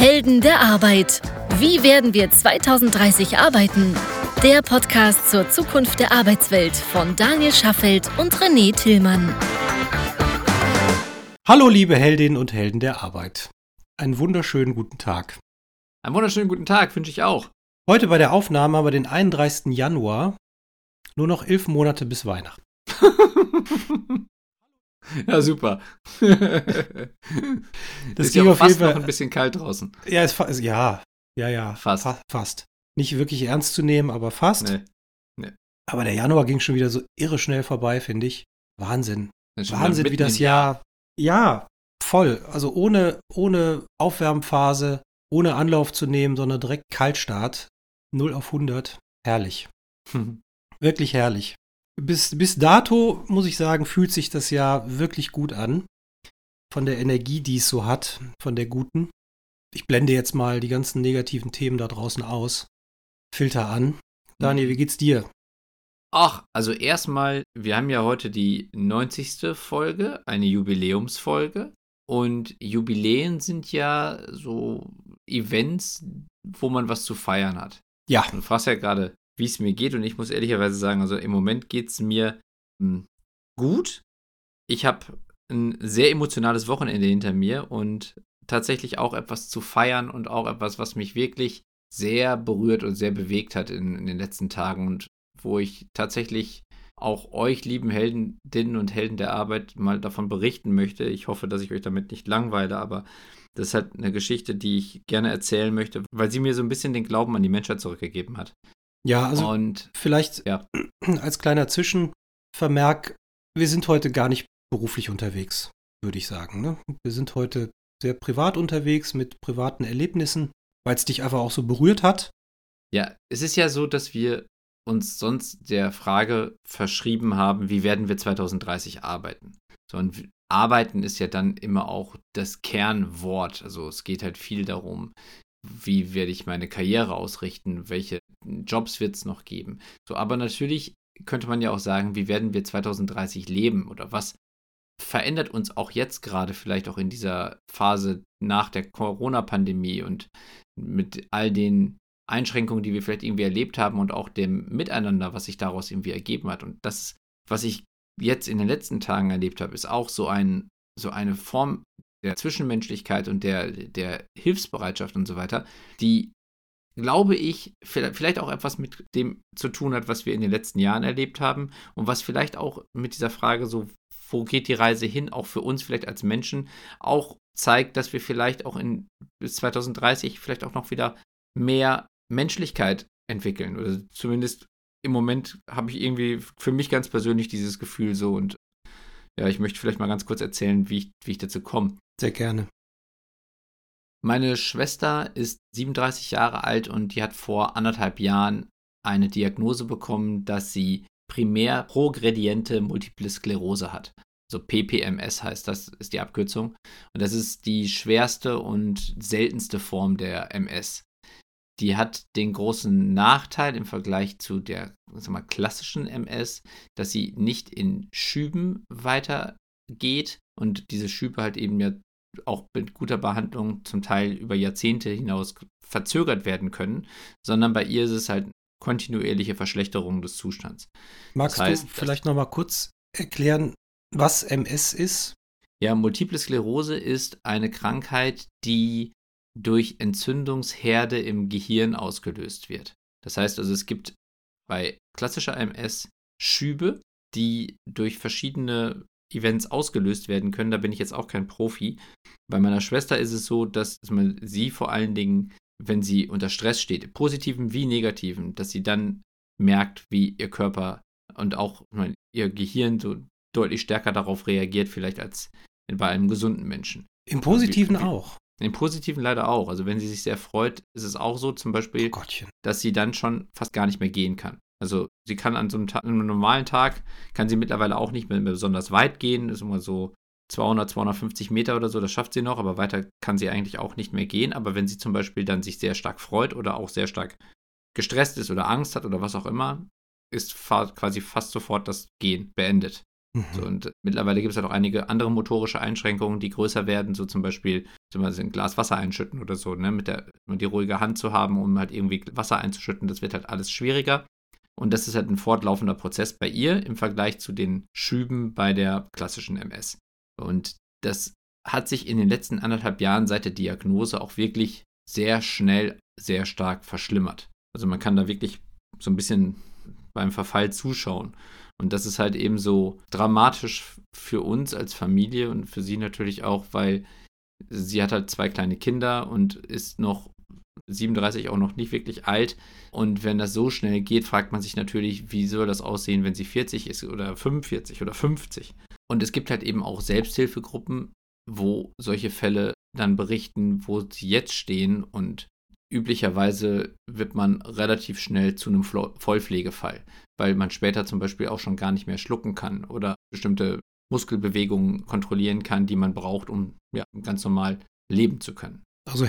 Helden der Arbeit. Wie werden wir 2030 arbeiten? Der Podcast zur Zukunft der Arbeitswelt von Daniel Schaffelt und René Tillmann. Hallo liebe Heldinnen und Helden der Arbeit. Einen wunderschönen guten Tag. Einen wunderschönen guten Tag, wünsche ich auch. Heute bei der Aufnahme haben wir den 31. Januar. Nur noch 11 Monate bis Weihnachten. Ja, super. Das ist ja ging auch auf fast jeden Fall noch ein bisschen kalt draußen. Ja, fast. Nicht wirklich ernst zu nehmen, aber fast. Nee. Aber der Januar ging schon wieder so irre schnell vorbei, finde ich. Wahnsinn. Wahnsinn, wie das Jahr. Ja, voll. Also ohne Aufwärmphase, ohne Anlauf zu nehmen, sondern direkt Kaltstart. 0 auf 100. Herrlich. Wirklich herrlich. Bis dato, muss ich sagen, fühlt sich das Jahr wirklich gut an. Von der Energie, die es so hat, von der guten. Ich blende jetzt mal die ganzen negativen Themen da draußen aus. Filter an. Daniel, wie geht's dir? Ach, also erstmal, wir haben ja heute die 90. Folge, eine Jubiläumsfolge. Und Jubiläen sind ja so Events, wo man was zu feiern hat. Ja. Du fragst ja gerade, wie es mir geht. Und ich muss ehrlicherweise sagen, also im Moment geht es mir gut. Ich habe ein sehr emotionales Wochenende hinter mir und tatsächlich auch etwas zu feiern und auch etwas, was mich wirklich sehr berührt und sehr bewegt hat in den letzten Tagen und wo ich tatsächlich auch euch, lieben Heldinnen und Helden der Arbeit, mal davon berichten möchte. Ich hoffe, dass ich euch damit nicht langweile, aber das ist halt eine Geschichte, die ich gerne erzählen möchte, weil sie mir so ein bisschen den Glauben an die Menschheit zurückgegeben hat. Ja, also und vielleicht als kleiner Zwischenvermerk, wir sind heute gar nicht beruflich unterwegs, würde ich sagen. Ne? Wir sind heute sehr privat unterwegs mit privaten Erlebnissen, weil es dich einfach auch so berührt hat. Ja, es ist ja so, dass wir uns sonst der Frage verschrieben haben, wie werden wir 2030 arbeiten? So, und arbeiten ist ja dann immer auch das Kernwort. Also es geht halt viel darum, wie werde ich meine Karriere ausrichten, welche Jobs wird es noch geben. So, aber natürlich könnte man ja auch sagen, wie werden wir 2030 leben oder was verändert uns auch jetzt gerade vielleicht auch in dieser Phase nach der Corona-Pandemie und mit all den Einschränkungen, die wir vielleicht irgendwie erlebt haben und auch dem Miteinander, was sich daraus irgendwie ergeben hat. Und das, was ich jetzt in den letzten Tagen erlebt habe, ist auch so eine Form der Zwischenmenschlichkeit und der Hilfsbereitschaft und so weiter, die, glaube ich, vielleicht auch etwas mit dem zu tun hat, was wir in den letzten Jahren erlebt haben und was vielleicht auch mit dieser Frage so, wo geht die Reise hin, auch für uns vielleicht als Menschen, auch zeigt, dass wir vielleicht auch bis 2030 vielleicht auch noch wieder mehr Menschlichkeit entwickeln. Oder zumindest im Moment habe ich irgendwie für mich ganz persönlich dieses Gefühl so und ja, ich möchte vielleicht mal ganz kurz erzählen, wie ich dazu komme. Sehr gerne. Meine Schwester ist 37 Jahre alt und die hat vor 1,5 Jahren eine Diagnose bekommen, dass sie primär progrediente Multiple Sklerose hat. Also PPMS heißt das, ist die Abkürzung. Und das ist die schwerste und seltenste Form der MS. Die hat den großen Nachteil im Vergleich zu der klassischen MS, dass sie nicht in Schüben weitergeht und diese Schübe halt eben ja auch mit guter Behandlung zum Teil über Jahrzehnte hinaus verzögert werden können, sondern bei ihr ist es halt kontinuierliche Verschlechterung des Zustands. Magst du vielleicht noch mal kurz erklären, was MS ist? Ja, Multiple Sklerose ist eine Krankheit, die durch Entzündungsherde im Gehirn ausgelöst wird. Das heißt also, es gibt bei klassischer MS Schübe, die durch verschiedene Events ausgelöst werden können. Da bin ich jetzt auch kein Profi. Bei meiner Schwester ist es so, dass man sie vor allen Dingen, wenn sie unter Stress steht, positiven wie negativen, dass sie dann merkt, wie ihr Körper und auch ihr Gehirn so deutlich stärker darauf reagiert, vielleicht als bei einem gesunden Menschen. Im Positiven auch? Im Positiven leider auch. Also wenn sie sich sehr freut, ist es auch so zum Beispiel, dass sie dann schon fast gar nicht mehr gehen kann. Also sie kann an so einem normalen Tag, kann sie mittlerweile auch nicht mehr besonders weit gehen. Das ist immer so 200, 250 Meter oder so, das schafft sie noch, aber weiter kann sie eigentlich auch nicht mehr gehen. Aber wenn sie zum Beispiel dann sich sehr stark freut oder auch sehr stark gestresst ist oder Angst hat oder was auch immer, ist quasi fast sofort das Gehen beendet. So, und mittlerweile gibt es halt auch einige andere motorische Einschränkungen, die größer werden, so zum Beispiel ein Glas Wasser einschütten oder so, ne, mit die ruhige Hand zu haben, um halt irgendwie Wasser einzuschütten, das wird halt alles schwieriger. Und das ist halt ein fortlaufender Prozess bei ihr im Vergleich zu den Schüben bei der klassischen MS. Und das hat sich in den letzten 1,5 Jahren seit der Diagnose auch wirklich sehr schnell, sehr stark verschlimmert. Also man kann da wirklich so ein bisschen beim Verfall zuschauen. Und das ist halt eben so dramatisch für uns als Familie und für sie natürlich auch, weil sie hat halt 2 kleine Kinder und ist noch 37, auch noch nicht wirklich alt. Und wenn das so schnell geht, fragt man sich natürlich, wie soll das aussehen, wenn sie 40 ist oder 45 oder 50. Und es gibt halt eben auch Selbsthilfegruppen, wo solche Fälle dann berichten, wo sie jetzt stehen, und üblicherweise wird man relativ schnell zu einem Vollpflegefall, weil man später zum Beispiel auch schon gar nicht mehr schlucken kann oder bestimmte Muskelbewegungen kontrollieren kann, die man braucht, um ganz normal leben zu können. Also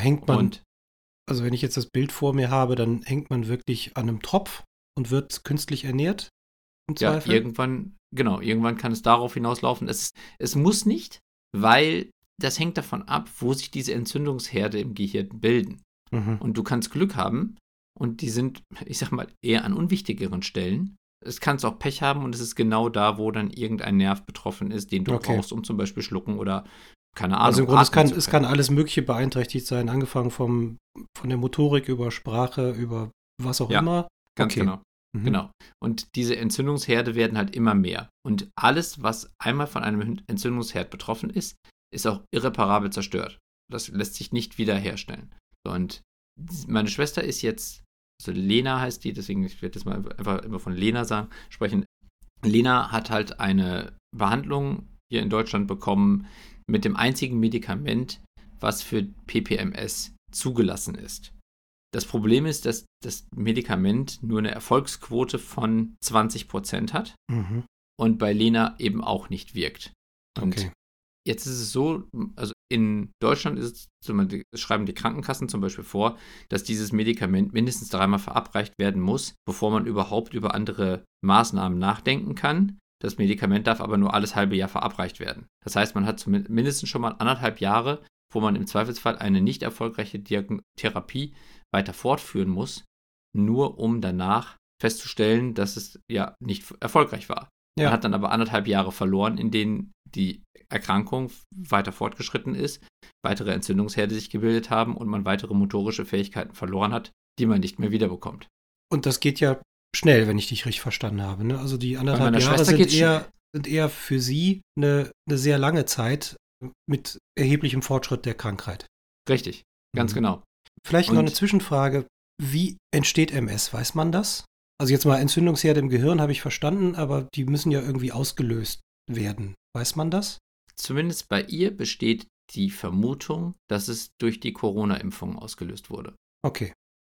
also wenn ich jetzt das Bild vor mir habe, dann hängt man wirklich an einem Tropf und wird künstlich ernährt im Zweifel? Ja, irgendwann kann es darauf hinauslaufen. Es muss nicht, weil das hängt davon ab, wo sich diese Entzündungsherde im Gehirn bilden. Und du kannst Glück haben und die sind, ich sag mal, eher an unwichtigeren Stellen. Es kannst auch Pech haben und es ist genau da, wo dann irgendein Nerv betroffen ist, den du brauchst, um zum Beispiel schlucken oder keine Ahnung. Also im Grunde, es kann alles Mögliche beeinträchtigt sein, angefangen von der Motorik über Sprache, über was auch immer. Ganz genau. Genau. Und diese Entzündungsherde werden halt immer mehr. Und alles, was einmal von einem Entzündungsherd betroffen ist, ist auch irreparabel zerstört. Das lässt sich nicht wiederherstellen. Und meine Schwester ist jetzt, also Lena heißt die, deswegen ich werde jetzt mal einfach immer von Lena sprechen. Lena hat halt eine Behandlung hier in Deutschland bekommen mit dem einzigen Medikament, was für PPMS zugelassen ist. Das Problem ist, dass das Medikament nur eine Erfolgsquote von 20% hat und bei Lena eben auch nicht wirkt. Und jetzt ist es so, also in Deutschland schreiben die Krankenkassen zum Beispiel vor, dass dieses Medikament mindestens 3-mal verabreicht werden muss, bevor man überhaupt über andere Maßnahmen nachdenken kann. Das Medikament darf aber nur alles halbe Jahr verabreicht werden. Das heißt, man hat mindestens schon mal 1,5 Jahre, wo man im Zweifelsfall eine nicht erfolgreiche Therapie weiter fortführen muss, nur um danach festzustellen, dass es ja nicht erfolgreich war. Ja. Man hat dann aber 1,5 Jahre verloren, in denen die Erkrankung weiter fortgeschritten ist, weitere Entzündungsherde sich gebildet haben und man weitere motorische Fähigkeiten verloren hat, die man nicht mehr wiederbekommt. Und das geht ja schnell, wenn ich dich richtig verstanden habe. Ne? Also die 1,5 Jahre sind eher für sie eine sehr lange Zeit mit erheblichem Fortschritt der Krankheit. Richtig, ganz genau. Vielleicht noch eine Zwischenfrage. Wie entsteht MS? Weiß man das? Also jetzt mal Entzündungsherde im Gehirn habe ich verstanden, aber die müssen ja irgendwie ausgelöst werden. Weiß man das? Zumindest bei ihr besteht die Vermutung, dass es durch die Corona-Impfung ausgelöst wurde. Okay.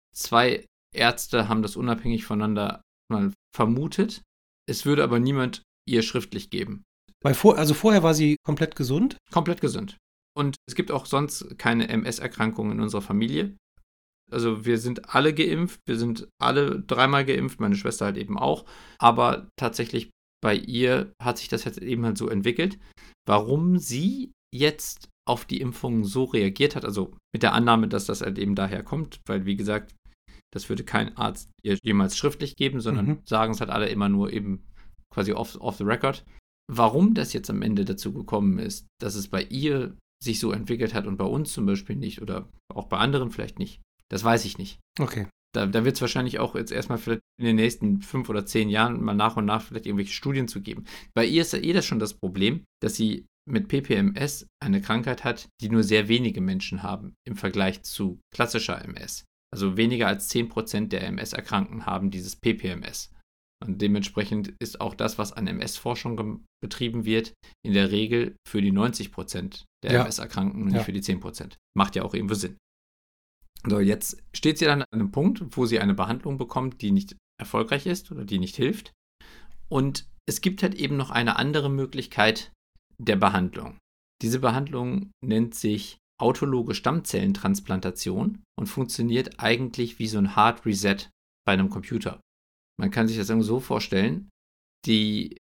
2 Ärzte haben das unabhängig voneinander mal vermutet. Es würde aber niemand ihr schriftlich geben. Vorher war sie komplett gesund? Komplett gesund. Und es gibt auch sonst keine MS-Erkrankungen in unserer Familie. Also wir sind alle geimpft, wir sind alle 3-mal geimpft, meine Schwester halt eben auch. Aber tatsächlich bei ihr hat sich das jetzt eben halt so entwickelt. Warum sie jetzt auf die Impfung so reagiert hat, also mit der Annahme, dass das halt eben daher kommt, weil wie gesagt, das würde kein Arzt ihr jemals schriftlich geben, sondern sagen es halt alle immer nur eben quasi off the record. Warum das jetzt am Ende dazu gekommen ist, dass es bei ihr sich so entwickelt hat und bei uns zum Beispiel nicht oder auch bei anderen vielleicht nicht, das weiß ich nicht. Okay. Da wird es wahrscheinlich auch jetzt erstmal vielleicht in den nächsten 5 oder 10 Jahren mal nach und nach vielleicht irgendwelche Studien zu geben. Bei ihr ist ja das schon das Problem, dass sie mit PPMS eine Krankheit hat, die nur sehr wenige Menschen haben im Vergleich zu klassischer MS. Also weniger als 10% der MS-Erkrankten haben dieses PPMS. Und dementsprechend ist auch das, was an MS-Forschung betrieben wird, in der Regel für die 90% der MS-Erkrankten und nicht für die 10%. Macht ja auch irgendwo Sinn. So, jetzt steht sie dann an einem Punkt, wo sie eine Behandlung bekommt, die nicht erfolgreich ist oder die nicht hilft. Und es gibt halt eben noch eine andere Möglichkeit der Behandlung. Diese Behandlung nennt sich autologe Stammzellentransplantation und funktioniert eigentlich wie so ein Hard Reset bei einem Computer. Man kann sich das so vorstellen, die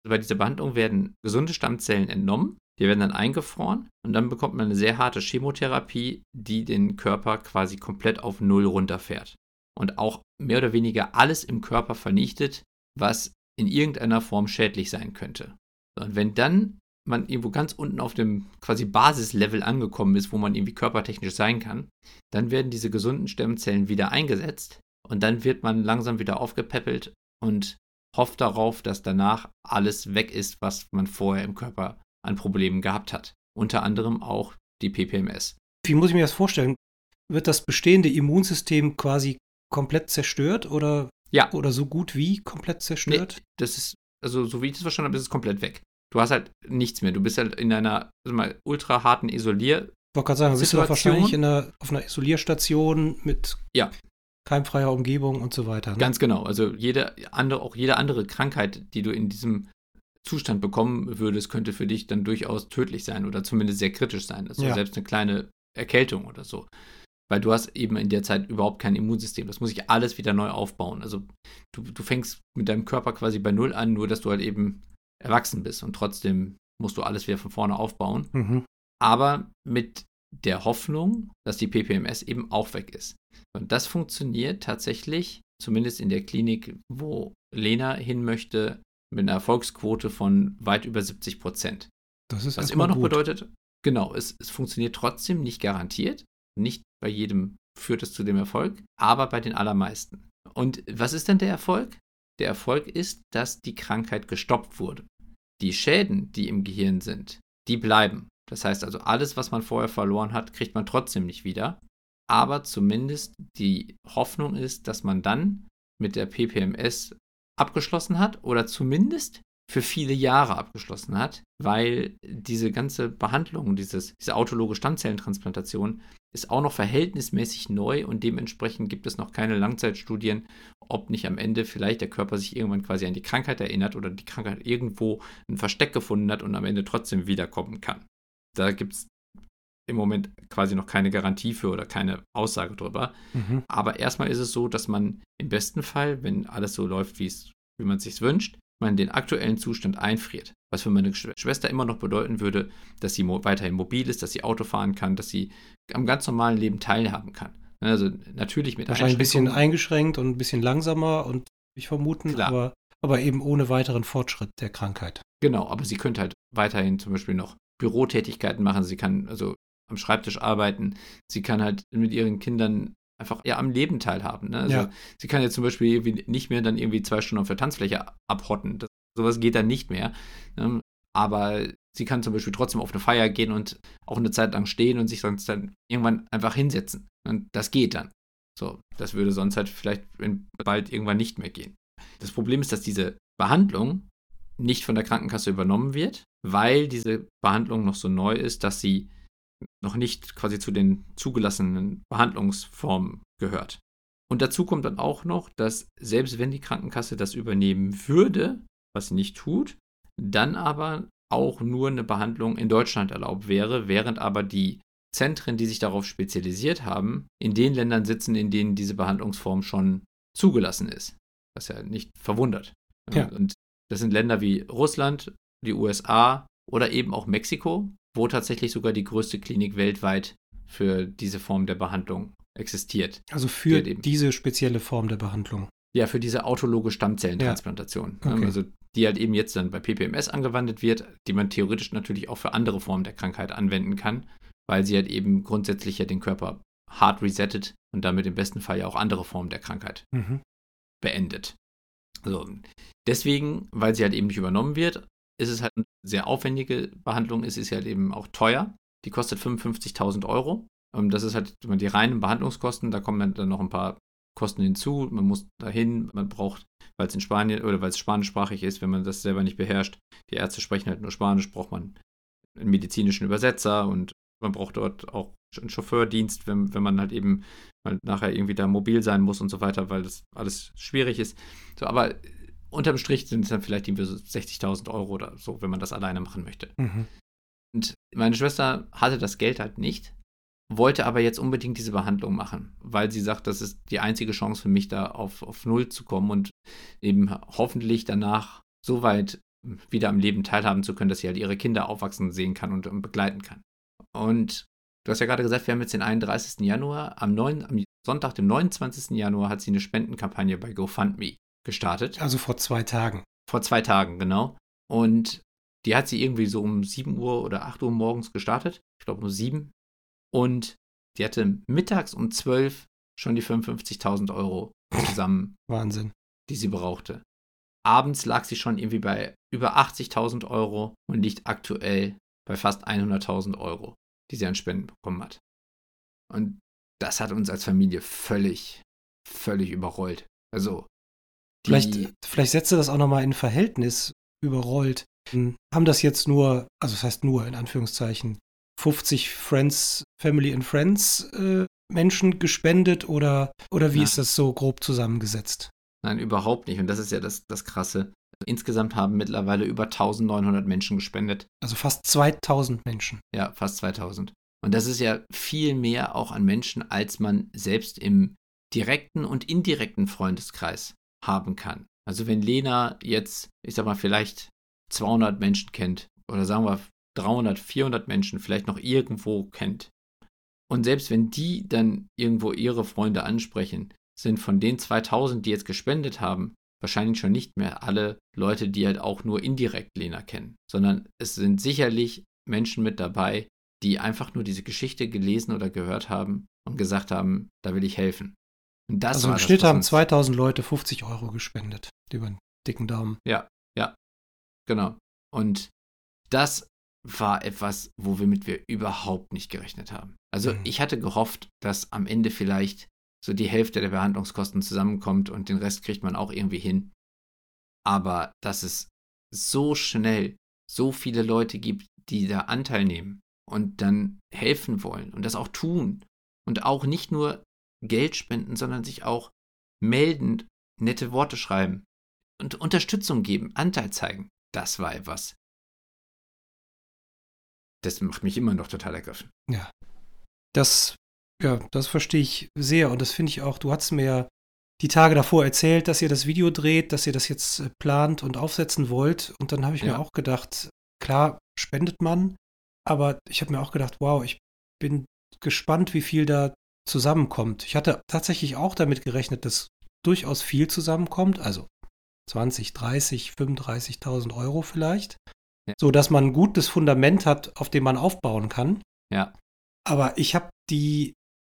Bei dieser Behandlung werden gesunde Stammzellen entnommen, die werden dann eingefroren und dann bekommt man eine sehr harte Chemotherapie, die den Körper quasi komplett auf Null runterfährt und auch mehr oder weniger alles im Körper vernichtet, was in irgendeiner Form schädlich sein könnte. Und wenn dann man irgendwo ganz unten auf dem quasi Basislevel angekommen ist, wo man irgendwie körpertechnisch sein kann, dann werden diese gesunden Stammzellen wieder eingesetzt und dann wird man langsam wieder aufgepäppelt und hofft darauf, dass danach alles weg ist, was man vorher im Körper an Problemen gehabt hat. Unter anderem auch die PPMS. Wie muss ich mir das vorstellen? Wird das bestehende Immunsystem quasi komplett zerstört oder so gut wie komplett zerstört? Nee, das ist, also so wie ich das verstanden habe, ist es komplett weg. Du hast halt nichts mehr. Du bist halt in einer ultra harten Ich wollte gerade sagen, bist du doch wahrscheinlich auf einer Isolierstation mit keimfreier Umgebung und so weiter. Ne? Ganz genau. Also jede andere Krankheit, die du in diesem Zustand bekommen würdest, könnte für dich dann durchaus tödlich sein oder zumindest sehr kritisch sein. Also selbst eine kleine Erkältung oder so. Weil du hast eben in der Zeit überhaupt kein Immunsystem. Das muss sich alles wieder neu aufbauen. Also du fängst mit deinem Körper quasi bei Null an, nur dass du halt eben erwachsen bist und trotzdem musst du alles wieder von vorne aufbauen. Mhm. Aber mit der Hoffnung, dass die PPMS eben auch weg ist. Und das funktioniert tatsächlich, zumindest in der Klinik, wo Lena hin möchte, mit einer Erfolgsquote von weit über 70%. Das ist was immer noch gut bedeutet, genau, es funktioniert trotzdem nicht garantiert. Nicht bei jedem führt es zu dem Erfolg, aber bei den allermeisten. Und was ist denn der Erfolg? Der Erfolg ist, dass die Krankheit gestoppt wurde. Die Schäden, die im Gehirn sind, die bleiben. Das heißt also, alles, was man vorher verloren hat, kriegt man trotzdem nicht wieder. Aber zumindest die Hoffnung ist, dass man dann mit der PPMS abgeschlossen hat oder zumindest für viele Jahre abgeschlossen hat, weil diese ganze Behandlung, diese autologe Stammzellentransplantation ist auch noch verhältnismäßig neu und dementsprechend gibt es noch keine Langzeitstudien, ob nicht am Ende vielleicht der Körper sich irgendwann quasi an die Krankheit erinnert oder die Krankheit irgendwo ein Versteck gefunden hat und am Ende trotzdem wiederkommen kann. Da gibt es im Moment quasi noch keine Garantie für oder keine Aussage drüber. Mhm. Aber erstmal ist es so, dass man im besten Fall, wenn alles so läuft, wie man es sich wünscht, man den aktuellen Zustand einfriert. Was für meine Schwester immer noch bedeuten würde, dass sie weiterhin mobil ist, dass sie Auto fahren kann, dass sie am ganz normalen Leben teilhaben kann. Also natürlich mit wahrscheinlich ein bisschen eingeschränkt und ein bisschen langsamer und ich vermuten, aber eben ohne weiteren Fortschritt der Krankheit. Genau, aber sie könnte halt weiterhin zum Beispiel noch Bürotätigkeiten machen. Sie kann also am Schreibtisch arbeiten. Sie kann halt mit ihren Kindern einfach am Leben teilhaben. Ne? Also sie kann jetzt zum Beispiel irgendwie nicht mehr dann irgendwie 2 Stunden auf der Tanzfläche abhotten. Sowas geht dann nicht mehr. Ne? Aber sie kann zum Beispiel trotzdem auf eine Feier gehen und auch eine Zeit lang stehen und sich sonst dann irgendwann einfach hinsetzen. Und das geht dann. So, das würde sonst halt vielleicht bald irgendwann nicht mehr gehen. Das Problem ist, dass diese Behandlung nicht von der Krankenkasse übernommen wird, weil diese Behandlung noch so neu ist, dass sie noch nicht quasi zu den zugelassenen Behandlungsformen gehört. Und dazu kommt dann auch noch, dass selbst wenn die Krankenkasse das übernehmen würde, was sie nicht tut, dann aber auch nur eine Behandlung in Deutschland erlaubt wäre, während aber die Zentren, die sich darauf spezialisiert haben, in den Ländern sitzen, in denen diese Behandlungsform schon zugelassen ist. Was ja nicht verwundert. Ja. Und das sind Länder wie Russland, die USA oder eben auch Mexiko, wo tatsächlich sogar die größte Klinik weltweit für diese Form der Behandlung existiert. Also für diese spezielle Form der Behandlung. Ja, für diese autologe Stammzellentransplantation. Ja. Okay. Also die halt eben jetzt dann bei PPMS angewandt wird, die man theoretisch natürlich auch für andere Formen der Krankheit anwenden kann, weil sie halt eben grundsätzlich ja den Körper hart resettet und damit im besten Fall ja auch andere Formen der Krankheit beendet. Also deswegen, weil sie halt eben nicht übernommen wird, ist es halt eine sehr aufwendige Behandlung, es ist halt eben auch teuer. Die kostet 55.000 Euro. Das ist halt die reinen Behandlungskosten, da kommen dann noch ein paar Kosten hinzu. Man muss dahin, man braucht, weil es in Spanien oder weil es spanischsprachig ist, wenn man das selber nicht beherrscht, die Ärzte sprechen halt nur Spanisch, braucht man einen medizinischen Übersetzer und man braucht dort auch einen Chauffeurdienst, wenn man halt eben mal nachher irgendwie da mobil sein muss und so weiter, weil das alles schwierig ist. So, aber unterm Strich sind es dann vielleicht irgendwie so 60.000 Euro oder so, wenn man das alleine machen möchte. Mhm. Und meine Schwester hatte das Geld halt nicht, wollte aber jetzt unbedingt diese Behandlung machen, weil sie sagt, das ist die einzige Chance für mich, da auf Null zu kommen und eben hoffentlich danach so weit wieder am Leben teilhaben zu können, dass sie halt ihre Kinder aufwachsen sehen kann und begleiten kann. Und du hast ja gerade gesagt, wir haben jetzt den 31. Januar. Am Sonntag, dem 29. Januar, hat sie eine Spendenkampagne bei GoFundMe gestartet. Also vor 2 Tagen. Vor 2 Tagen, genau. Und die hat sie irgendwie so um 7 Uhr oder 8 Uhr morgens gestartet. Ich glaube um 7. Und die hatte mittags um 12 schon die 55.000 Euro zusammen, Wahnsinn. die sie brauchte. Abends lag sie schon irgendwie bei über 80.000 Euro und liegt aktuell bei fast 100.000 Euro, die sie an Spenden bekommen hat. Und das hat uns als Familie völlig überrollt. Also, Vielleicht setzt du das auch nochmal in Verhältnis, überrollt. Haben das jetzt nur, also das heißt nur in Anführungszeichen, 50 Friends, Family and Friends Menschen gespendet oder wie ist das so grob zusammengesetzt? Nein, überhaupt nicht. Und das ist ja das Krasse. Insgesamt haben mittlerweile über 1900 Menschen gespendet. Also fast 2000 Menschen. Ja, fast 2000. Und das ist ja viel mehr auch an Menschen, als man selbst im direkten und indirekten Freundeskreis haben kann. Also wenn Lena jetzt, ich sag mal, vielleicht 200 Menschen kennt oder sagen wir 300, 400 Menschen vielleicht noch irgendwo kennt. Und selbst wenn die dann irgendwo ihre Freunde ansprechen, sind von den 2000, die jetzt gespendet haben, wahrscheinlich schon nicht mehr alle Leute, die halt auch nur indirekt Lena kennen, sondern es sind sicherlich Menschen mit dabei, die einfach nur diese Geschichte gelesen oder gehört haben und gesagt haben, da will ich helfen. Und das also im Schnitt haben 2000 Leute 50 Euro gespendet, über einen dicken Daumen. Ja, genau. Und das war etwas, womit wir überhaupt nicht gerechnet haben. Also ich hatte gehofft, dass am Ende vielleicht so die Hälfte der Behandlungskosten zusammenkommt und den Rest kriegt man auch irgendwie hin. Aber dass es so schnell so viele Leute gibt, die da Anteil nehmen und dann helfen wollen und das auch tun und auch nicht nur Geld spenden, sondern sich auch melden, nette Worte schreiben und Unterstützung geben, Anteil zeigen, das war etwas. Das macht mich immer noch total ergriffen. Ja. Das verstehe ich sehr und das finde ich auch, du hast mir ja die Tage davor erzählt, dass ihr das Video dreht, dass ihr das jetzt plant und aufsetzen wollt und dann habe ich mir auch gedacht, klar, spendet man, aber ich habe mir auch gedacht, wow, ich bin gespannt, wie viel da zusammenkommt. Ich hatte tatsächlich auch damit gerechnet, dass durchaus viel zusammenkommt, also 20, 30, 35.000 Euro vielleicht, so dass man ein gutes Fundament hat, auf dem man aufbauen kann. Ja. Aber ich habe die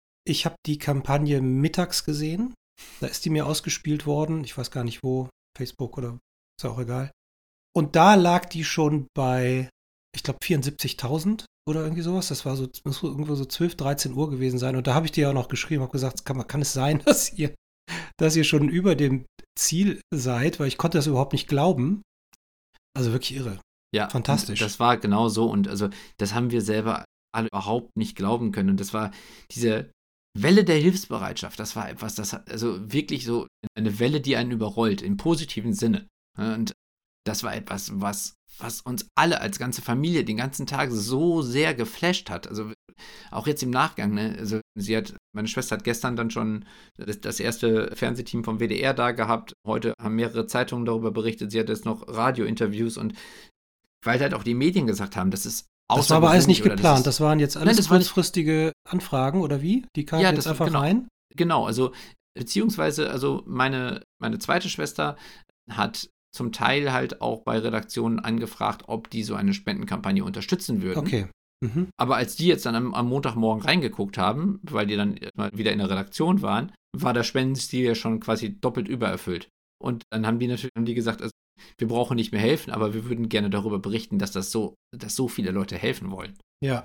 Kampagne mittags gesehen. Da ist die mir ausgespielt worden. Ich weiß gar nicht wo, Facebook oder ist auch egal. Und da lag die schon bei, ich glaube, 74.000 oder irgendwie sowas. Das war so, muss irgendwo so 12, 13 Uhr gewesen sein. Und da habe ich dir auch noch geschrieben, habe gesagt, kann es sein, dass ihr schon über dem Ziel seid, weil ich konnte das überhaupt nicht glauben. Also wirklich irre. Ja, fantastisch. Das war genau so und also das haben wir selber alle überhaupt nicht glauben können. Und das war diese Welle der Hilfsbereitschaft. Das war etwas, das hat also wirklich so eine Welle, die einen überrollt, im positiven Sinne. Und das war etwas, was uns alle als ganze Familie den ganzen Tag so sehr geflasht hat. Also auch jetzt im Nachgang, ne? Also meine Schwester hat gestern dann schon das erste Fernsehteam vom WDR da gehabt. Heute haben mehrere Zeitungen darüber berichtet. Sie hat jetzt noch Radiointerviews und weil halt auch die Medien gesagt haben, das war aber alles nicht geplant. Das waren jetzt alles kurzfristige Anfragen, oder wie? Die kamen jetzt einfach rein? Genau, also beziehungsweise, also meine zweite Schwester hat zum Teil halt auch bei Redaktionen angefragt, ob die so eine Spendenkampagne unterstützen würden. Okay. Mhm. Aber als die jetzt dann am Montagmorgen reingeguckt haben, weil die dann mal wieder in der Redaktion waren, war der Spendenstil ja schon quasi doppelt übererfüllt. Und dann haben die gesagt, also wir brauchen nicht mehr helfen, aber wir würden gerne darüber berichten, dass so viele Leute helfen wollen. Ja.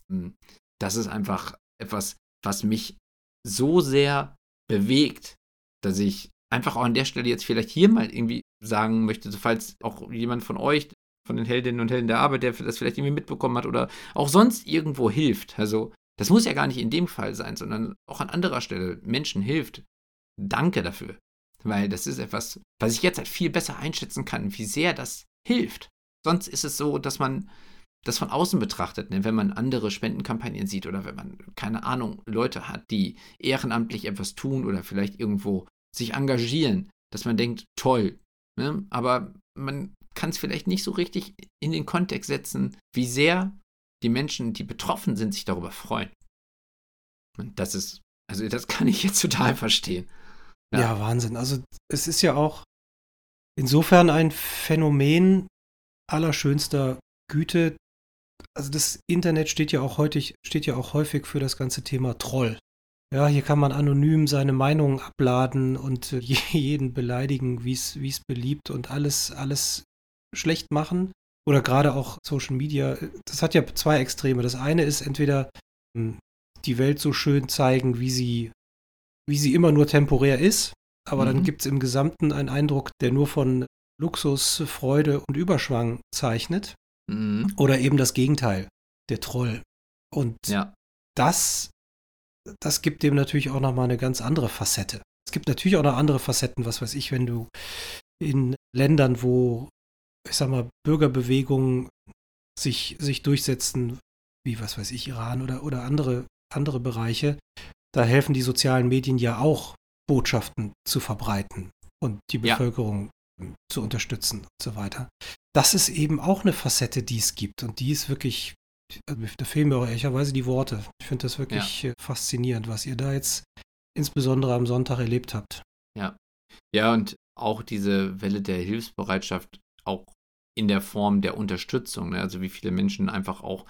Das ist einfach etwas, was mich so sehr bewegt, dass ich einfach auch an der Stelle jetzt vielleicht hier mal irgendwie sagen möchte, falls auch jemand von euch, von den Heldinnen und Helden der Arbeit, der das vielleicht irgendwie mitbekommen hat oder auch sonst irgendwo hilft. Also das muss ja gar nicht in dem Fall sein, sondern auch an anderer Stelle Menschen hilft. Danke dafür. Weil das ist etwas, was ich jetzt halt viel besser einschätzen kann, wie sehr das hilft. Sonst ist es so, dass man das von außen betrachtet, ne? Wenn man andere Spendenkampagnen sieht oder wenn man, keine Ahnung, Leute hat, die ehrenamtlich etwas tun oder vielleicht irgendwo sich engagieren, dass man denkt, toll. Ne? Aber man kann es vielleicht nicht so richtig in den Kontext setzen, wie sehr die Menschen, die betroffen sind, sich darüber freuen. Und das kann ich jetzt total verstehen. Ja, Wahnsinn. Also es ist ja auch insofern ein Phänomen allerschönster Güte. Also das Internet steht ja auch häufig für das ganze Thema Troll. Ja, hier kann man anonym seine Meinungen abladen und jeden beleidigen, wie es beliebt und alles schlecht machen. Oder gerade auch Social Media. Das hat ja zwei Extreme. Das eine ist entweder die Welt so schön zeigen, wie sie immer nur temporär ist. Aber dann gibt es im Gesamten einen Eindruck, der nur von Luxus, Freude und Überschwang zeichnet. Oder eben das Gegenteil, der Troll. Und das gibt dem natürlich auch nochmal eine ganz andere Facette. Es gibt natürlich auch noch andere Facetten, was weiß ich, wenn du in Ländern, wo, ich sag mal, Bürgerbewegungen sich durchsetzen, wie, was weiß ich, Iran oder andere Bereiche, da helfen die sozialen Medien ja auch, Botschaften zu verbreiten und die Bevölkerung zu unterstützen und so weiter. Das ist eben auch eine Facette, die es gibt und die ist wirklich, da fehlen mir auch ehrlicherweise die Worte. Ich finde das wirklich faszinierend, was ihr da jetzt insbesondere am Sonntag erlebt habt. Ja, und auch diese Welle der Hilfsbereitschaft, auch in der Form der Unterstützung, ne? Also wie viele Menschen einfach auch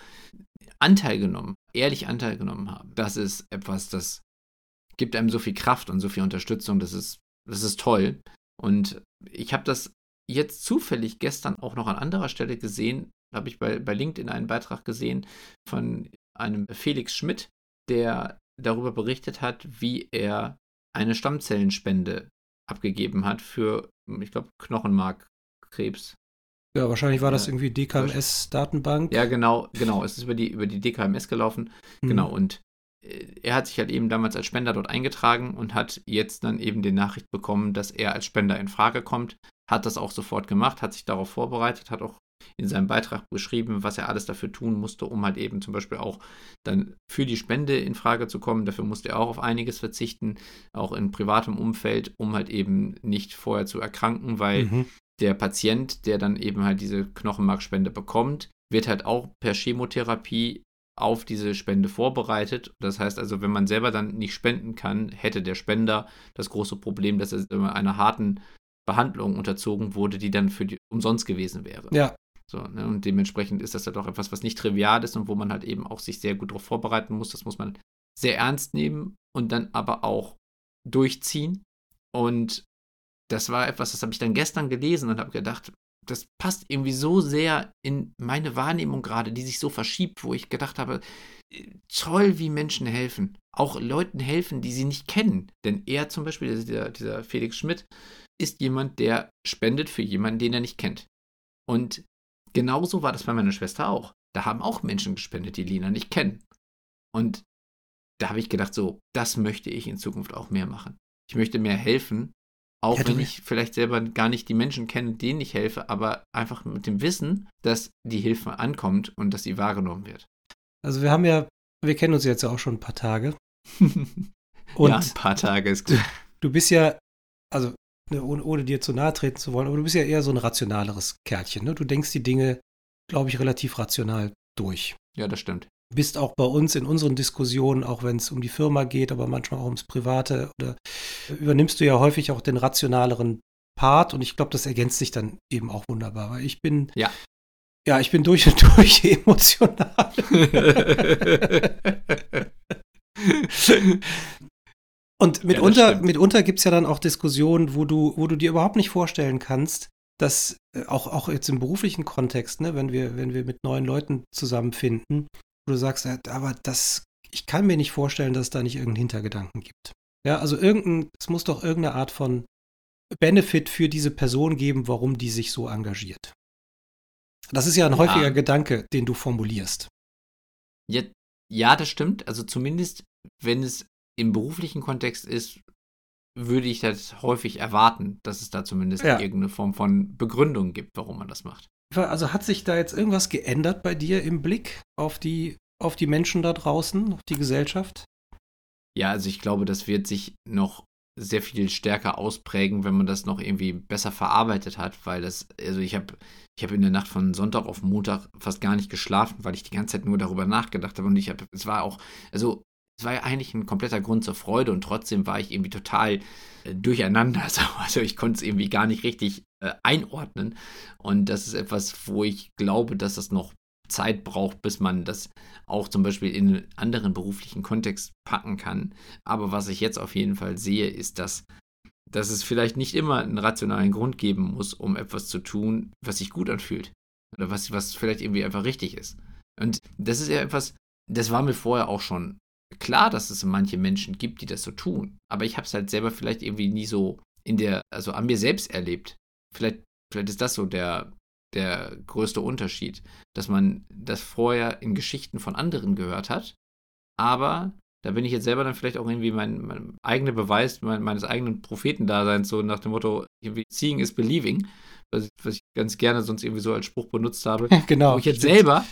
ehrlich Anteil genommen haben. Das ist etwas, das gibt einem so viel Kraft und so viel Unterstützung, das ist toll. Und ich habe das jetzt zufällig gestern auch noch an anderer Stelle gesehen, habe ich bei LinkedIn einen Beitrag gesehen von einem Felix Schmidt, der darüber berichtet hat, wie er eine Stammzellenspende abgegeben hat für, ich glaube, Knochenmarkkrebs. Ja, wahrscheinlich war das irgendwie DKMS-Datenbank. Ja, genau. Es ist über die DKMS gelaufen. Genau, und er hat sich halt eben damals als Spender dort eingetragen und hat jetzt dann eben die Nachricht bekommen, dass er als Spender in Frage kommt. Hat das auch sofort gemacht, hat sich darauf vorbereitet, hat auch in seinem Beitrag beschrieben, was er alles dafür tun musste, um halt eben zum Beispiel auch dann für die Spende in Frage zu kommen. Dafür musste er auch auf einiges verzichten, auch in privatem Umfeld, um halt eben nicht vorher zu erkranken, weil der Patient, der dann eben halt diese Knochenmarkspende bekommt, wird halt auch per Chemotherapie auf diese Spende vorbereitet. Das heißt also, wenn man selber dann nicht spenden kann, hätte der Spender das große Problem, dass er einer harten Behandlung unterzogen wurde, die dann für die umsonst gewesen wäre. Ja. So, ne? Und dementsprechend ist das halt auch etwas, was nicht trivial ist und wo man halt eben auch sich sehr gut darauf vorbereiten muss. Das muss man sehr ernst nehmen und dann aber auch durchziehen. Und das war etwas, das habe ich dann gestern gelesen und habe gedacht, das passt irgendwie so sehr in meine Wahrnehmung gerade, die sich so verschiebt, wo ich gedacht habe, toll, wie Menschen helfen. Auch Leuten helfen, die sie nicht kennen. Denn er zum Beispiel, dieser Felix Schmidt, ist jemand, der spendet für jemanden, den er nicht kennt. Und genauso war das bei meiner Schwester auch. Da haben auch Menschen gespendet, die Lina nicht kennen. Und da habe ich gedacht, so, das möchte ich in Zukunft auch mehr machen. Ich möchte mehr helfen, auch wenn ich vielleicht selber gar nicht die Menschen kenne, denen ich helfe, aber einfach mit dem Wissen, dass die Hilfe ankommt und dass sie wahrgenommen wird. Also wir kennen uns jetzt ja auch schon ein paar Tage. Und ja, ein paar Tage ist gut. Du bist ja, also ohne dir zu nahe treten zu wollen, aber du bist ja eher so ein rationaleres Kerlchen, ne? Du denkst die Dinge, glaube ich, relativ rational durch. Ja, das stimmt. Bist auch bei uns in unseren Diskussionen, auch wenn es um die Firma geht, aber manchmal auch ums Private, oder übernimmst du ja häufig auch den rationaleren Part und ich glaube, das ergänzt sich dann eben auch wunderbar, weil ich bin durch und durch emotional. Und mitunter gibt es ja dann auch Diskussionen, wo du dir überhaupt nicht vorstellen kannst, dass auch jetzt im beruflichen Kontext, ne, wenn wir mit neuen Leuten zusammenfinden, wo du sagst, aber ich kann mir nicht vorstellen, dass es da nicht irgendeinen Hintergedanken gibt. Ja, also es muss doch irgendeine Art von Benefit für diese Person geben, warum die sich so engagiert. Das ist ja ein häufiger Gedanke, den du formulierst. Ja, das stimmt. Also zumindest, wenn es im beruflichen Kontext ist, würde ich das häufig erwarten, dass es da zumindest irgendeine Form von Begründung gibt, warum man das macht. Also hat sich da jetzt irgendwas geändert bei dir im Blick auf die Menschen da draußen, auf die Gesellschaft? Ja, also ich glaube, das wird sich noch sehr viel stärker ausprägen, wenn man das noch irgendwie besser verarbeitet hat, weil ich habe in der Nacht von Sonntag auf Montag fast gar nicht geschlafen, weil ich die ganze Zeit nur darüber nachgedacht habe und es war ja eigentlich ein kompletter Grund zur Freude und trotzdem war ich irgendwie total durcheinander. Also ich konnte es irgendwie gar nicht richtig einordnen und das ist etwas, wo ich glaube, dass das noch Zeit braucht, bis man das auch zum Beispiel in einen anderen beruflichen Kontext packen kann. Aber was ich jetzt auf jeden Fall sehe, ist, dass es vielleicht nicht immer einen rationalen Grund geben muss, um etwas zu tun, was sich gut anfühlt. Oder was vielleicht irgendwie einfach richtig ist. Und das ist ja etwas, das war mir vorher auch schon klar, dass es manche Menschen gibt, die das so tun. Aber ich habe es halt selber vielleicht irgendwie nie so also an mir selbst erlebt. Vielleicht ist das so der größte Unterschied, dass man das vorher in Geschichten von anderen gehört hat, aber da bin ich jetzt selber dann vielleicht auch irgendwie mein eigener Beweis meines eigenen Prophetendaseins, so nach dem Motto, irgendwie seeing is believing, was ich ganz gerne sonst irgendwie so als Spruch benutzt habe, Genau. wo ich jetzt selber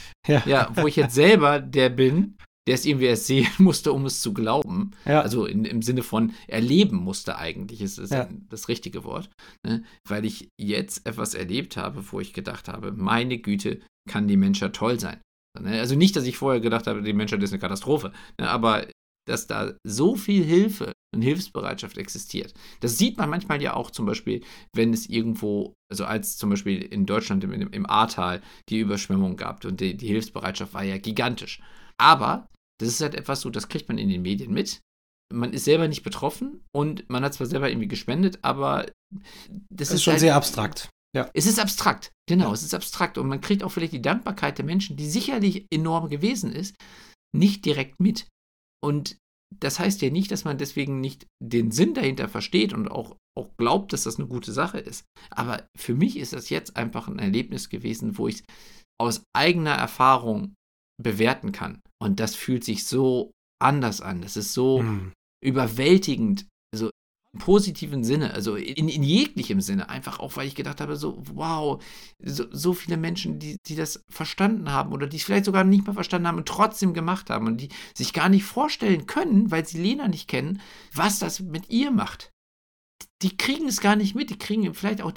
der bin, der es irgendwie erst sehen musste, um es zu glauben. Ja. Also im Sinne von erleben musste eigentlich, ist das richtige Wort. Ne? Weil ich jetzt etwas erlebt habe, wo ich gedacht habe, meine Güte, kann die Menschheit toll sein. Ne? Also nicht, dass ich vorher gedacht habe, die Menschheit ist eine Katastrophe, ne? Aber dass da so viel Hilfe und Hilfsbereitschaft existiert. Das sieht man manchmal ja auch zum Beispiel, wenn es irgendwo, also als zum Beispiel in Deutschland im Ahrtal die Überschwemmung gab und die Hilfsbereitschaft war ja gigantisch. Aber das ist halt etwas so, das kriegt man in den Medien mit. Man ist selber nicht betroffen und man hat zwar selber irgendwie gespendet, aber das ist schon halt sehr abstrakt. Ja. Es ist abstrakt, genau, es ist abstrakt. Und man kriegt auch vielleicht die Dankbarkeit der Menschen, die sicherlich enorm gewesen ist, nicht direkt mit. Und das heißt ja nicht, dass man deswegen nicht den Sinn dahinter versteht und auch glaubt, dass das eine gute Sache ist. Aber für mich ist das jetzt einfach ein Erlebnis gewesen, wo ich es aus eigener Erfahrung bewerten kann. Und das fühlt sich so anders an. Das ist so überwältigend, so im positiven Sinne, also in jeglichem Sinne. Einfach auch, weil ich gedacht habe, so wow, so viele Menschen, die das verstanden haben oder die es vielleicht sogar nicht mehr verstanden haben und trotzdem gemacht haben und die sich gar nicht vorstellen können, weil sie Lena nicht kennen, was das mit ihr macht. Die kriegen es gar nicht mit. Die kriegen vielleicht auch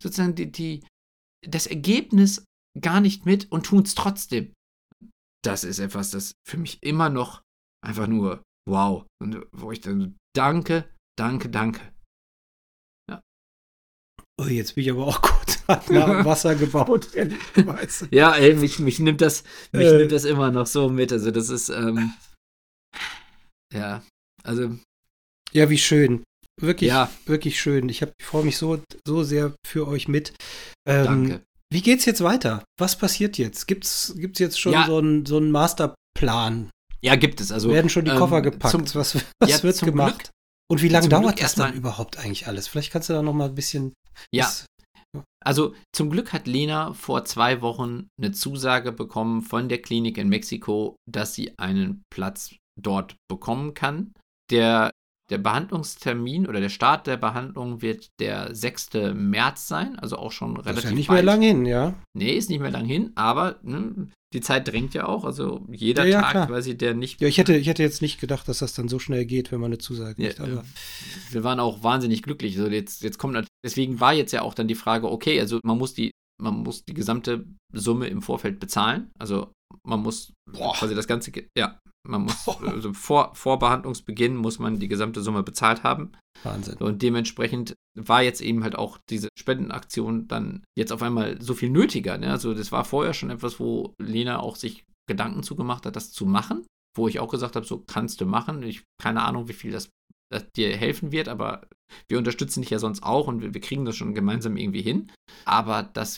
das Ergebnis gar nicht mit und tun es trotzdem. Das ist etwas, das für mich immer noch einfach nur wow. Und wo ich dann danke. Ja. Oh, jetzt bin ich aber auch kurz nach Wasser gebaut. Ja, ey, mich nimmt das immer noch so mit. Also das ist, ja, also. Ja, wie schön. Wirklich, wirklich schön. Ich freue mich so sehr für euch mit. Danke. Wie geht's jetzt weiter? Was passiert jetzt? Gibt's jetzt schon so einen Masterplan? Ja, gibt es. Also werden schon die Koffer gepackt? Was wird gemacht? Glück, und wie lange dauert das dann überhaupt eigentlich alles? Vielleicht kannst du da noch mal ein bisschen. Ja. Also zum Glück hat Lena vor 2 Wochen eine Zusage bekommen von der Klinik in Mexiko, dass sie einen Platz dort bekommen kann. Der Behandlungstermin oder der Start der Behandlung wird der 6. März sein, also auch schon relativ ist ja nicht mehr lang hin, ja? Nee, ist nicht mehr lang hin, aber die Zeit drängt ja auch, also jeder Tag klar. Quasi, der nicht... Ja, ich hätte jetzt nicht gedacht, dass das dann so schnell geht, wenn man eine Zusage kriegt, aber... Wir waren auch wahnsinnig glücklich, also jetzt kommt, deswegen war jetzt ja auch dann die Frage, okay, also man muss die gesamte Summe im Vorfeld bezahlen, also man muss quasi das Ganze, man muss, also vor Behandlungsbeginn muss man die gesamte Summe bezahlt haben. Wahnsinn. Und dementsprechend war jetzt eben halt auch diese Spendenaktion dann jetzt auf einmal so viel nötiger. Ne? Also das war vorher schon etwas, wo Lena auch sich Gedanken zugemacht hat, das zu machen. Wo ich auch gesagt habe, so kannst du machen. Keine Ahnung, wie viel das dir helfen wird, aber wir unterstützen dich ja sonst auch und wir kriegen das schon gemeinsam irgendwie hin. Aber dass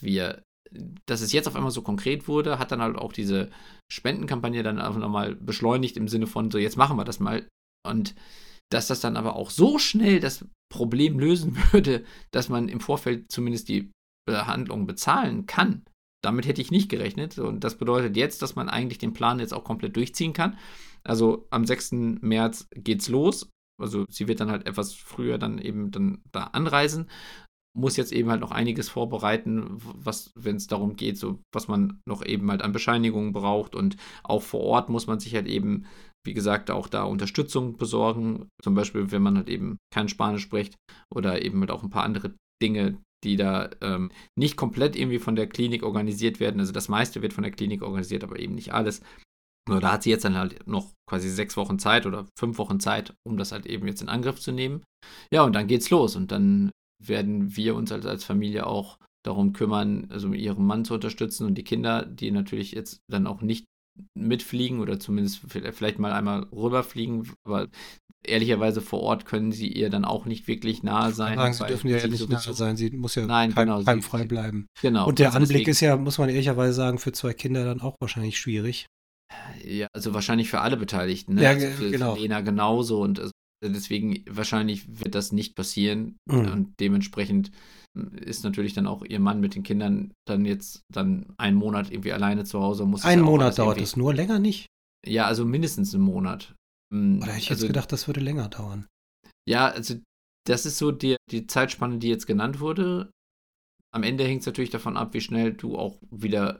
es jetzt auf einmal so konkret wurde, hat dann halt auch diese Spendenkampagne dann einfach nochmal beschleunigt im Sinne von, so jetzt machen wir das mal. Und dass das dann aber auch so schnell das Problem lösen würde, dass man im Vorfeld zumindest die Behandlung bezahlen kann. Damit hätte ich nicht gerechnet. Und das bedeutet jetzt, dass man eigentlich den Plan jetzt auch komplett durchziehen kann. Also am 6. März geht's los. Also sie wird dann halt etwas früher dann eben dann da anreisen. Muss jetzt eben halt noch einiges vorbereiten, wenn es darum geht, so was man noch eben halt an Bescheinigungen braucht und auch vor Ort muss man sich halt eben wie gesagt, auch da Unterstützung besorgen. Zum Beispiel, wenn man halt eben kein Spanisch spricht oder eben halt auch ein paar andere Dinge, die da nicht komplett irgendwie von der Klinik organisiert werden. Also das meiste wird von der Klinik organisiert, aber eben nicht alles. So, da hat sie jetzt dann halt noch quasi 6 Wochen Zeit oder 5 Wochen Zeit, um das halt eben jetzt in Angriff zu nehmen. Ja, und dann geht's los. Und dann werden wir uns als Familie auch darum kümmern, also ihren Mann zu unterstützen und die Kinder, die natürlich jetzt dann auch nicht mitfliegen oder zumindest vielleicht mal einmal rüberfliegen, aber ehrlicherweise vor Ort können sie ihr dann auch nicht wirklich nahe sein. Sie dürfen ja nicht nahe sein, sie muss ja Nein, genau, keimfrei bleiben. Genau. Und der Anblick ist ja, muss man ehrlicherweise sagen, für 2 Kinder dann auch wahrscheinlich schwierig. Ja, also wahrscheinlich für alle Beteiligten, ne? Ja, Also für genau. Lena genauso und deswegen wahrscheinlich wird das nicht passieren und dementsprechend ist natürlich dann auch ihr Mann mit den Kindern dann jetzt dann einen Monat irgendwie alleine zu Hause. Muss Einen Monat dauert es nur, länger nicht? Ja, also mindestens einen Monat. Oder hätte ich jetzt gedacht, das würde länger dauern. Ja, also das ist so die Zeitspanne, die jetzt genannt wurde. Am Ende hängt es natürlich davon ab, wie schnell du auch wieder,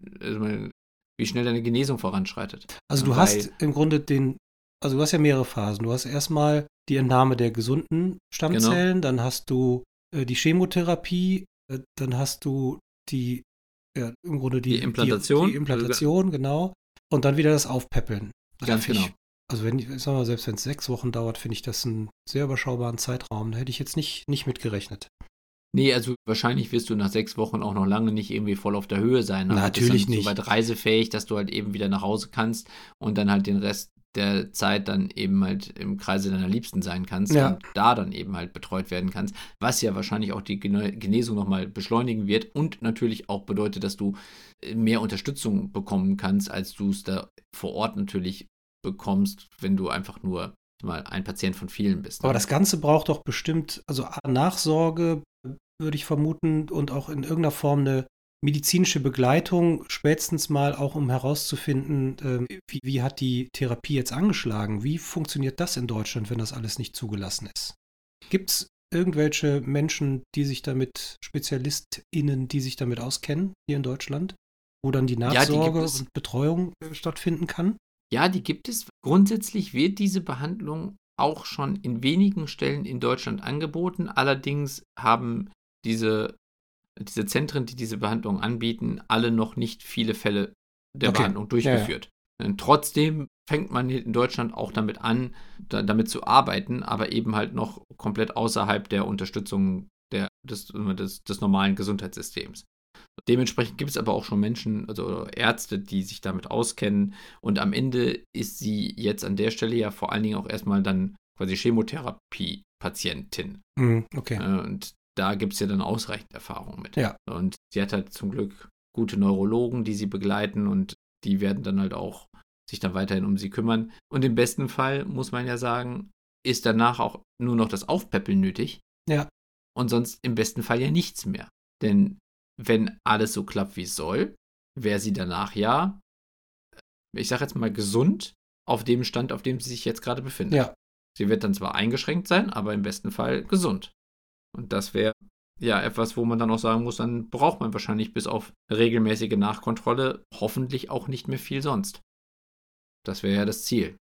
wie schnell deine Genesung voranschreitet. Also du hast im Grunde du hast ja mehrere Phasen. Du hast erstmal die Entnahme der gesunden Stammzellen, dann hast du die Chemotherapie, dann hast du im Grunde die Implantation. Die Implantation, genau. Und dann wieder das Aufpäppeln. Ganz genau. Also ich sag mal, selbst wenn es 6 Wochen dauert, finde ich das einen sehr überschaubaren Zeitraum. Da hätte ich jetzt nicht mitgerechnet. Nee, also wahrscheinlich wirst du nach 6 Wochen auch noch lange nicht irgendwie voll auf der Höhe sein. Aber natürlich bist dann nicht. So weit reisefähig, dass du halt eben wieder nach Hause kannst und dann halt den Rest der Zeit dann eben halt im Kreise deiner Liebsten sein kannst und da dann eben halt betreut werden kannst, was ja wahrscheinlich auch die Genesung nochmal beschleunigen wird und natürlich auch bedeutet, dass du mehr Unterstützung bekommen kannst, als du es da vor Ort natürlich bekommst, wenn du einfach nur mal ein Patient von vielen bist. Aber das Ganze braucht doch bestimmt, also Nachsorge, würde ich vermuten, und auch in irgendeiner Form eine medizinische Begleitung, spätestens mal auch, um herauszufinden, wie hat die Therapie jetzt angeschlagen? Wie funktioniert das in Deutschland, wenn das alles nicht zugelassen ist? Gibt es irgendwelche Menschen, SpezialistInnen, die sich damit auskennen, hier in Deutschland, wo dann die Nachsorge und Betreuung stattfinden kann? Ja, die gibt es. Grundsätzlich wird diese Behandlung auch schon in wenigen Stellen in Deutschland angeboten. Allerdings haben diese Zentren, die diese Behandlung anbieten, alle noch nicht viele Fälle der Behandlung durchgeführt. Ja. Trotzdem fängt man in Deutschland auch damit an, damit zu arbeiten, aber eben halt noch komplett außerhalb der Unterstützung des normalen Gesundheitssystems. Dementsprechend gibt es aber auch schon Menschen, also Ärzte, die sich damit auskennen. Und am Ende ist sie jetzt an der Stelle ja vor allen Dingen auch erstmal dann quasi Chemotherapie-Patientin. Okay. Und da gibt es ja dann ausreichend Erfahrung mit. Ja. Und sie hat halt zum Glück gute Neurologen, die sie begleiten und die werden dann halt auch sich dann weiterhin um sie kümmern. Und im besten Fall, muss man ja sagen, ist danach auch nur noch das Aufpäppeln nötig. Ja. Und sonst im besten Fall ja nichts mehr. Denn wenn alles so klappt, wie es soll, wäre sie danach ja, ich sag jetzt mal, gesund auf dem Stand, auf dem sie sich jetzt gerade befindet. Ja. Sie wird dann zwar eingeschränkt sein, aber im besten Fall gesund. Und das wäre ja etwas, wo man dann auch sagen muss, dann braucht man wahrscheinlich bis auf regelmäßige Nachkontrolle hoffentlich auch nicht mehr viel sonst. Das wäre ja das Ziel.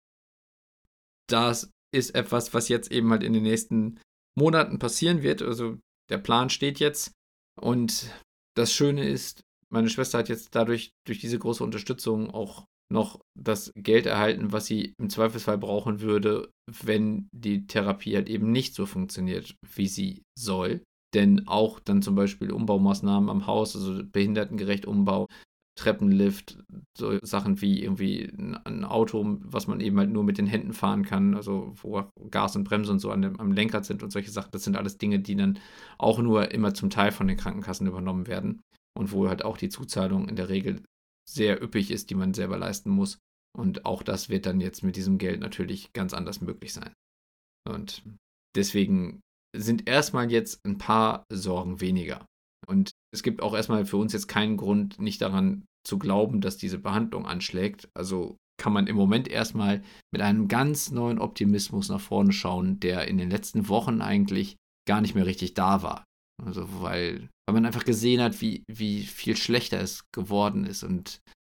Das ist etwas, was jetzt eben halt in den nächsten Monaten passieren wird. Also der Plan steht jetzt und das Schöne ist, meine Schwester hat jetzt durch diese große Unterstützung auch noch das Geld erhalten, was sie im Zweifelsfall brauchen würde, wenn die Therapie halt eben nicht so funktioniert, wie sie soll. Denn auch dann zum Beispiel Umbaumaßnahmen am Haus, also behindertengerecht Umbau, Treppenlift, so Sachen wie irgendwie ein Auto, was man eben halt nur mit den Händen fahren kann, also wo Gas und Bremse und so am Lenkrad sind und solche Sachen, das sind alles Dinge, die dann auch nur immer zum Teil von den Krankenkassen übernommen werden und wo halt auch die Zuzahlung in der Regel sehr üppig ist, die man selber leisten muss. Und auch das wird dann jetzt mit diesem Geld natürlich ganz anders möglich sein. Und deswegen sind erstmal jetzt ein paar Sorgen weniger. Und es gibt auch erstmal für uns jetzt keinen Grund, nicht daran zu glauben, dass diese Behandlung anschlägt. Also kann man im Moment erstmal mit einem ganz neuen Optimismus nach vorne schauen, der in den letzten Wochen eigentlich gar nicht mehr richtig da war. Also weil man einfach gesehen hat, wie viel schlechter es geworden ist und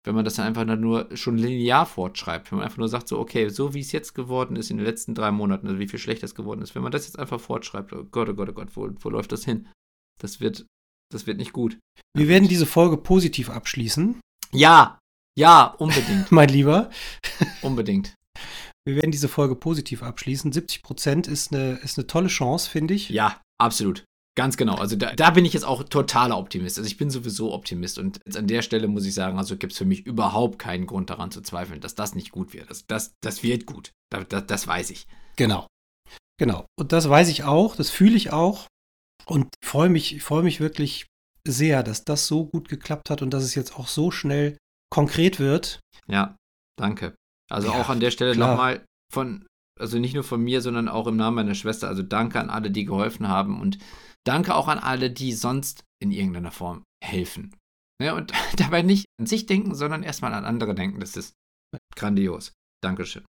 wenn man das dann einfach nur schon linear fortschreibt. Wenn man einfach nur sagt, so, okay, so wie es jetzt geworden ist in den letzten 3 Monaten, also wie viel schlecht das geworden ist, wenn man das jetzt einfach fortschreibt, oh Gott, wo läuft das hin? Das wird nicht gut. Wir werden diese Folge positiv abschließen. Ja, unbedingt. Mein Lieber. Unbedingt. Wir werden diese Folge positiv abschließen. 70% ist eine tolle Chance, finde ich. Ja, absolut. Ganz genau. Also da bin ich jetzt auch totaler Optimist. Also ich bin sowieso Optimist. Und jetzt an der Stelle muss ich sagen, also gibt es für mich überhaupt keinen Grund daran zu zweifeln, dass das nicht gut wird. Das wird gut. Das weiß ich. Genau. Und das weiß ich auch, das fühle ich auch. Und ich freue mich wirklich sehr, dass das so gut geklappt hat und dass es jetzt auch so schnell konkret wird. Ja, danke. Also ja, auch an der Stelle klar. nochmal also nicht nur von mir, sondern auch im Namen meiner Schwester. Also danke an alle, die geholfen haben und danke auch an alle, die sonst in irgendeiner Form helfen. Ja, und dabei nicht an sich denken, sondern erstmal an andere denken. Das ist grandios. Dankeschön.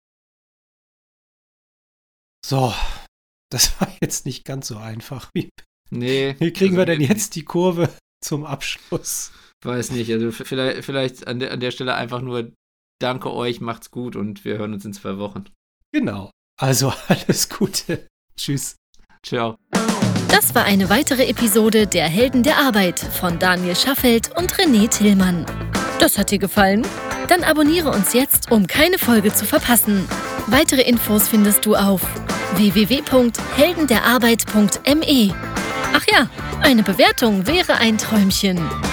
So, das war jetzt nicht ganz so einfach. Nee. Wie kriegen wir denn jetzt die Kurve zum Abschluss? Weiß nicht. Also vielleicht an der Stelle einfach nur danke euch, macht's gut und wir hören uns in 2 Wochen. Genau. Also alles Gute. Tschüss. Ciao. Das war eine weitere Episode der Helden der Arbeit von Daniel Schaffelt und René Tillmann. Das hat dir gefallen? Dann abonniere uns jetzt, um keine Folge zu verpassen. Weitere Infos findest du auf www.heldenderarbeit.me. Ach ja, eine Bewertung wäre ein Träumchen.